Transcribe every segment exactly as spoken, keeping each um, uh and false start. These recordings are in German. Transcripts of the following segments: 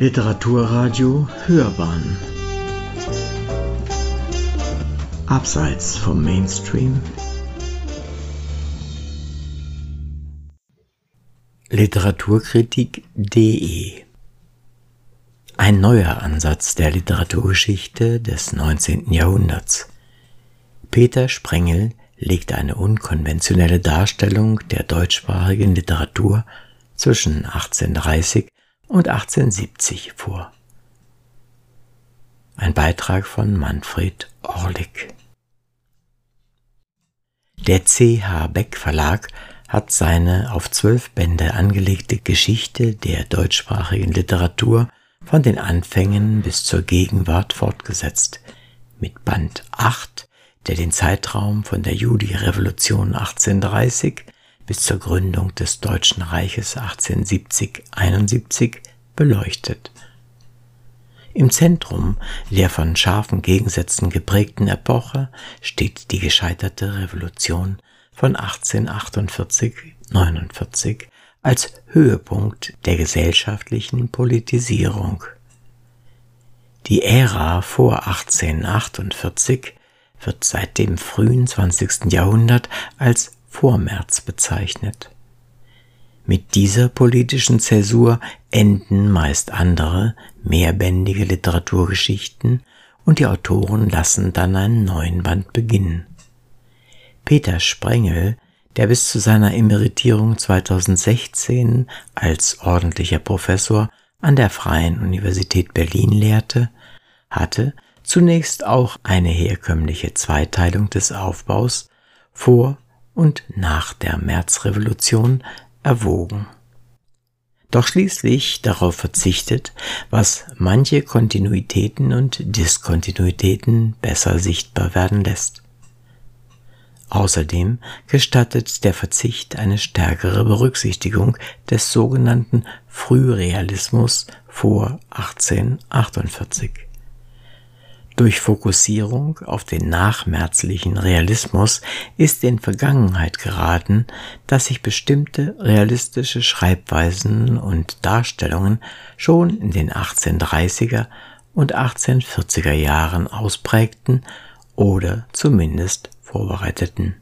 Literaturradio Hörbahn Abseits vom Mainstream. Literaturkritik punkt de Ein neuer Ansatz der Literaturgeschichte des neunzehnten Jahrhunderts. Peter Sprengel legt eine unkonventionelle Darstellung der deutschsprachigen Literatur zwischen achtzehnhundertdreißig und achtzehnhundertsiebzig vor. Ein Beitrag von Manfred Orlik. Der C H Beck Verlag hat seine auf zwölf Bände angelegte Geschichte der deutschsprachigen Literatur von den Anfängen bis zur Gegenwart fortgesetzt, mit Band acht, der den Zeitraum von der Juli-Revolution achtzehnhundertdreißig bis zur Gründung des Deutschen Reiches achtzehnhundertsiebzig einundsiebzig beleuchtet. Im Zentrum der von scharfen Gegensätzen geprägten Epoche steht die gescheiterte Revolution von achtzehnhundertachtundvierzig neunundvierzig als Höhepunkt der gesellschaftlichen Politisierung. Die Ära vor achtzehnhundertachtundvierzig wird seit dem frühen zwanzigsten Jahrhundert als Vormärz bezeichnet. Mit dieser politischen Zäsur enden meist andere, mehrbändige Literaturgeschichten und die Autoren lassen dann einen neuen Band beginnen. Peter Sprengel, der bis zu seiner Emeritierung zweitausendsechzehn als ordentlicher Professor an der Freien Universität Berlin lehrte, hatte zunächst auch eine herkömmliche Zweiteilung des Aufbaus vor und nach der Märzrevolution erwogen. Doch schließlich darauf verzichtet, was manche Kontinuitäten und Diskontinuitäten besser sichtbar werden lässt. Außerdem gestattet der Verzicht eine stärkere Berücksichtigung des sogenannten Frührealismus vor achtzehnhundertachtundvierzig. Durch Fokussierung auf den nachmärzlichen Realismus ist in Vergangenheit geraten, dass sich bestimmte realistische Schreibweisen und Darstellungen schon in den achtzehnhundertdreißiger und achtzehnhundertvierziger Jahren ausprägten oder zumindest vorbereiteten.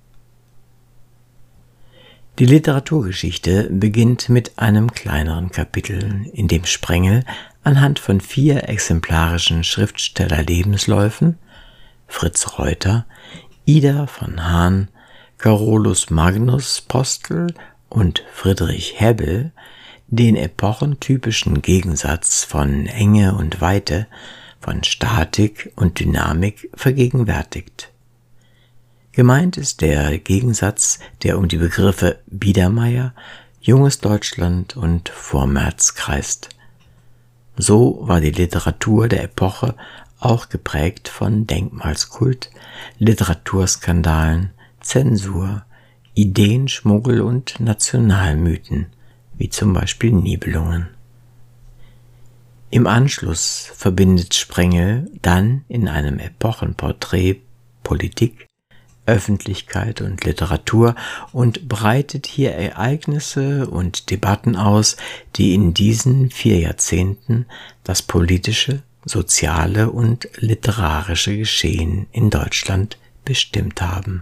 Die Literaturgeschichte beginnt mit einem kleineren Kapitel, in dem Sprengel anhand von vier exemplarischen Schriftstellerlebensläufen Fritz Reuter, Ida von Hahn, Carolus Magnus Postel und Friedrich Hebbel den epochentypischen Gegensatz von Enge und Weite, von Statik und Dynamik vergegenwärtigt. Gemeint ist der Gegensatz, der um die Begriffe Biedermeier, Junges Deutschland und Vormärz kreist. So war die Literatur der Epoche auch geprägt von Denkmalskult, Literaturskandalen, Zensur, Ideenschmuggel und Nationalmythen, wie zum Beispiel Nibelungen. Im Anschluss verbindet Sprengel dann in einem Epochenporträt Politik, Öffentlichkeit und Literatur und breitet hier Ereignisse und Debatten aus, die in diesen vier Jahrzehnten das politische, soziale und literarische Geschehen in Deutschland bestimmt haben.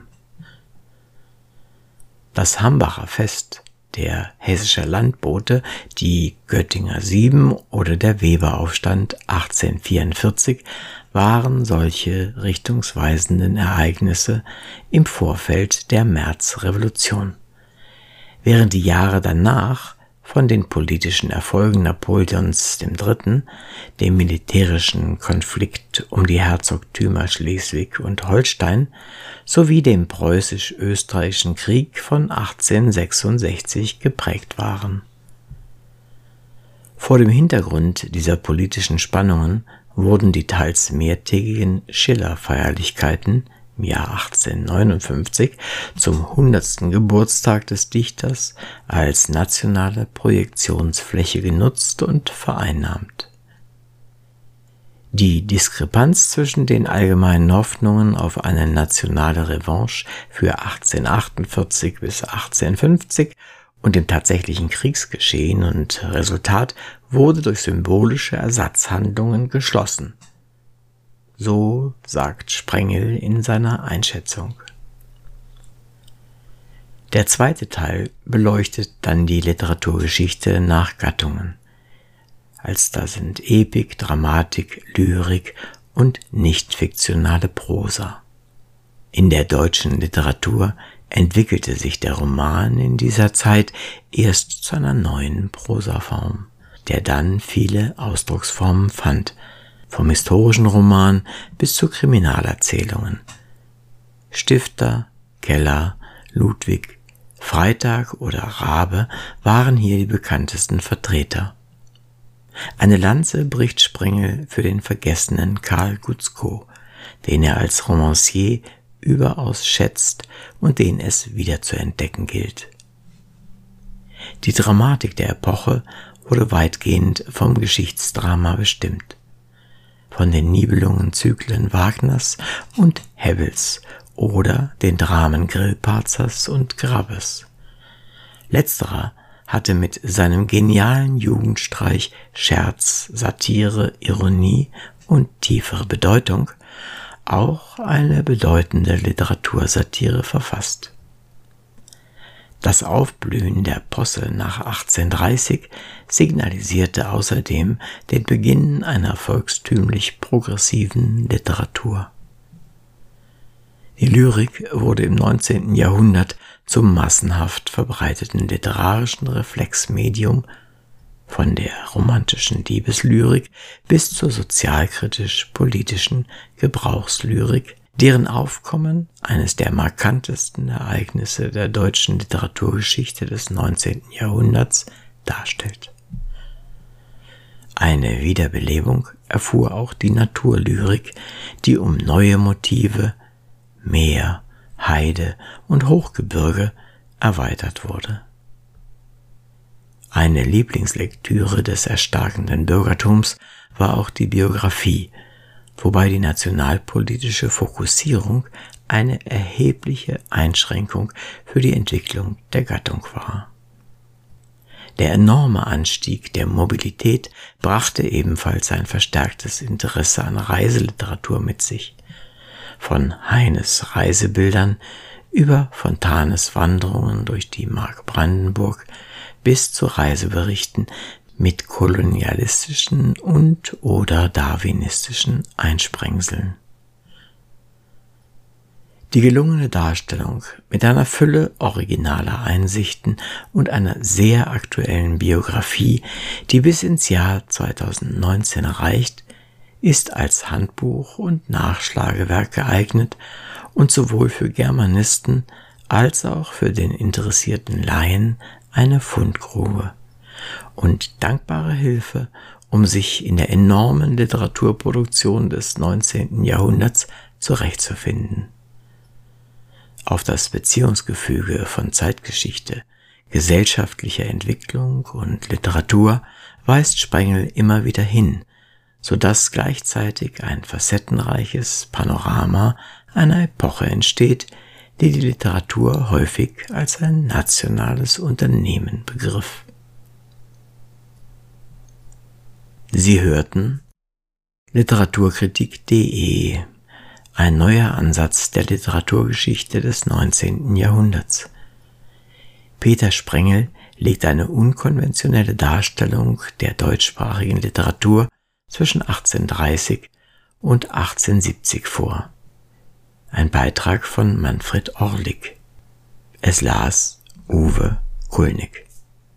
Das Hambacher Fest, der Hessische Landbote, die Göttinger Sieben oder der Weberaufstand achtzehnhundertvierundvierzig waren solche richtungsweisenden Ereignisse im Vorfeld der Märzrevolution. Während die Jahre danach von den politischen Erfolgen Napoleons der Dritte., dem militärischen Konflikt um die Herzogtümer Schleswig und Holstein sowie dem Preußisch-Österreichischen Krieg von achtzehnhundertsechsundsechzig geprägt waren. Vor dem Hintergrund dieser politischen Spannungen wurden die teils mehrtägigen Schiller-Feierlichkeiten im Jahr achtzehnhundertneunundfünfzig zum hundertsten Geburtstag des Dichters als nationale Projektionsfläche genutzt und vereinnahmt. Die Diskrepanz zwischen den allgemeinen Hoffnungen auf eine nationale Revanche für achtzehnhundertachtundvierzig bis achtzehnhundertfünfzig und dem tatsächlichen Kriegsgeschehen, und Resultat wurde durch symbolische Ersatzhandlungen geschlossen. So sagt Sprengel in seiner Einschätzung. Der zweite Teil beleuchtet dann die Literaturgeschichte nach Gattungen. Als da sind Epik, Dramatik, Lyrik und nicht-fiktionale Prosa. In der deutschen Literatur entwickelte sich der Roman in dieser Zeit erst zu einer neuen Prosaform, der dann viele Ausdrucksformen fand, vom historischen Roman bis zu Kriminalerzählungen. Stifter, Keller, Ludwig, Freytag oder Raabe waren hier die bekanntesten Vertreter. Eine Lanze bricht Sprengel für den vergessenen Karl Gutzkow, den er als Romancier überaus schätzt und den es wieder zu entdecken gilt. Die Dramatik der Epoche wurde weitgehend vom Geschichtsdrama bestimmt, von den Nibelungenzyklen Wagners und Hebbels oder den Dramen Grillparzers und Grabbes. Letzterer hatte mit seinem genialen Jugendstreich Scherz, Satire, Ironie und tiefere Bedeutung auch eine bedeutende Literatursatire verfasst. Das Aufblühen der Posse nach achtzehnhundertdreißig signalisierte außerdem den Beginn einer volkstümlich progressiven Literatur. Die Lyrik wurde im neunzehnten Jahrhundert zum massenhaft verbreiteten literarischen Reflexmedium, von der romantischen Liebeslyrik bis zur sozialkritisch-politischen Gebrauchslyrik, deren Aufkommen eines der markantesten Ereignisse der deutschen Literaturgeschichte des neunzehnten Jahrhunderts darstellt. Eine Wiederbelebung erfuhr auch die Naturlyrik, die um neue Motive, Meer, Heide und Hochgebirge erweitert wurde. Eine Lieblingslektüre des erstarkenden Bürgertums war auch die Biographie, wobei die nationalpolitische Fokussierung eine erhebliche Einschränkung für die Entwicklung der Gattung war. Der enorme Anstieg der Mobilität brachte ebenfalls ein verstärktes Interesse an Reiseliteratur mit sich. Von Heines Reisebildern über Fontanes Wanderungen durch die Mark Brandenburg bis zu Reiseberichten mit kolonialistischen und oder darwinistischen Einsprengseln. Die gelungene Darstellung mit einer Fülle originaler Einsichten und einer sehr aktuellen Biografie, die bis ins Jahr zweitausendneunzehn reicht, ist als Handbuch und Nachschlagewerk geeignet und sowohl für Germanisten als auch für den interessierten Laien eine Fundgrube und dankbare Hilfe, um sich in der enormen Literaturproduktion des neunzehnten Jahrhunderts zurechtzufinden. Auf das Beziehungsgefüge von Zeitgeschichte, gesellschaftlicher Entwicklung und Literatur weist Sprengel immer wieder hin, sodass gleichzeitig ein facettenreiches Panorama einer Epoche entsteht, die die Literatur häufig als ein nationales Unternehmen begriff. Sie hörten Literaturkritik punkt de, ein neuer Ansatz der Literaturgeschichte des neunzehnten Jahrhunderts. Peter Sprengel legt eine unkonventionelle Darstellung der deutschsprachigen Literatur zwischen achtzehnhundertdreißig und achtzehnhundertsiebzig vor. Ein Beitrag von Manfred Orlik. Es las Uwe Kulnig.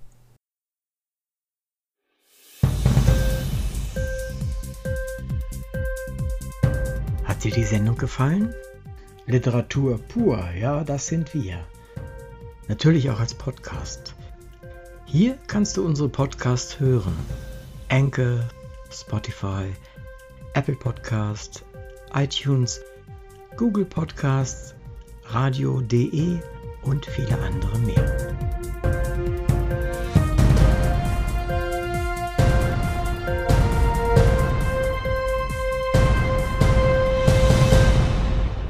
Hat dir die Sendung gefallen? Literatur pur, ja, das sind wir. Natürlich auch als Podcast. Hier kannst du unsere Podcasts hören. Anchor, Spotify, Apple Podcast, iTunes, Google Podcasts, radio punkt de und viele andere mehr.